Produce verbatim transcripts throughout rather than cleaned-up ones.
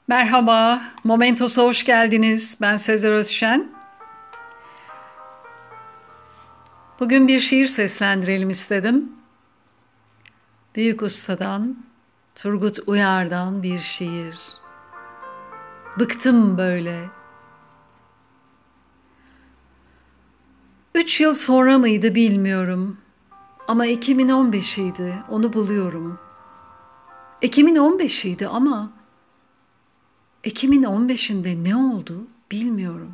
Merhaba, Momentos'a hoş geldiniz. Ben Sezer Özşen. Bugün bir şiir seslendirelim istedim. Büyük ustadan, Turgut Uyar'dan bir şiir. Bıktım böyle. Üç yıl sonra mıydı bilmiyorum. Ama iki bin on beşiydi, onu buluyorum. iki bin on beşiydi ama iki bin on beşinde ne oldu bilmiyorum.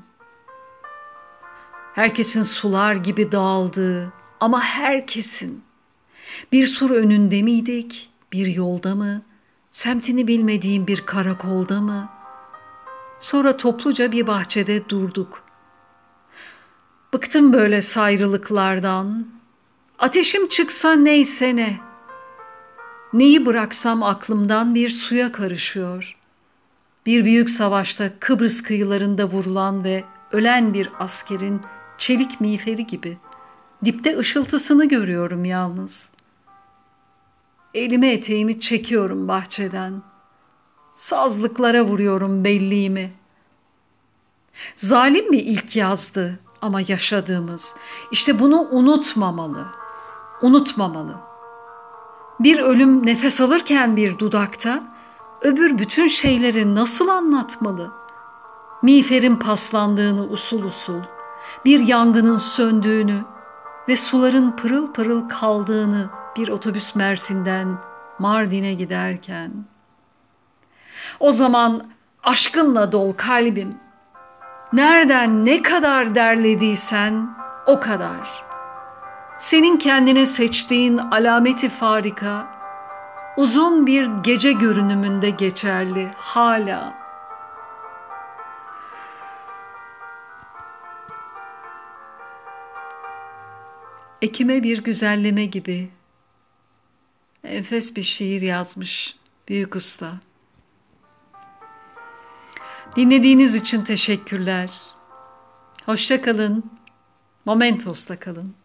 Herkesin sular gibi dağıldığı ama herkesin. Bir sur önünde miydik, bir yolda mı, semtini bilmediğim bir karakolda mı? Sonra topluca bir bahçede durduk. Bıktım böyle sayrılıklardan. Ateşim çıksa neyse ne. Neyi bıraksam aklımdan bir suya karışıyor. Bir büyük savaşta Kıbrıs kıyılarında vurulan ve ölen bir askerin çelik miğferi gibi. Dipte ışıltısını görüyorum yalnız. Elime eteğimi çekiyorum bahçeden. Sazlıklara vuruyorum belliğimi. Zalim mi ilk yazdı ama yaşadığımız? İşte bunu unutmamalı. Unutmamalı. Bir ölüm nefes alırken bir dudakta, öbür bütün şeyleri nasıl anlatmalı? Miğferin paslandığını usul usul, bir yangının söndüğünü ve suların pırıl pırıl kaldığını bir otobüs Mersin'den Mardin'e giderken. O zaman aşkınla dol kalbim. Nereden ne kadar derlediysen o kadar. Senin kendine seçtiğin alameti farika, uzun bir gece görünümünde geçerli hala. Ekime bir güzelleme gibi enfes bir şiir yazmış büyük usta. Dinlediğiniz için teşekkürler. Hoşça kalın. Momentos'ta kalın.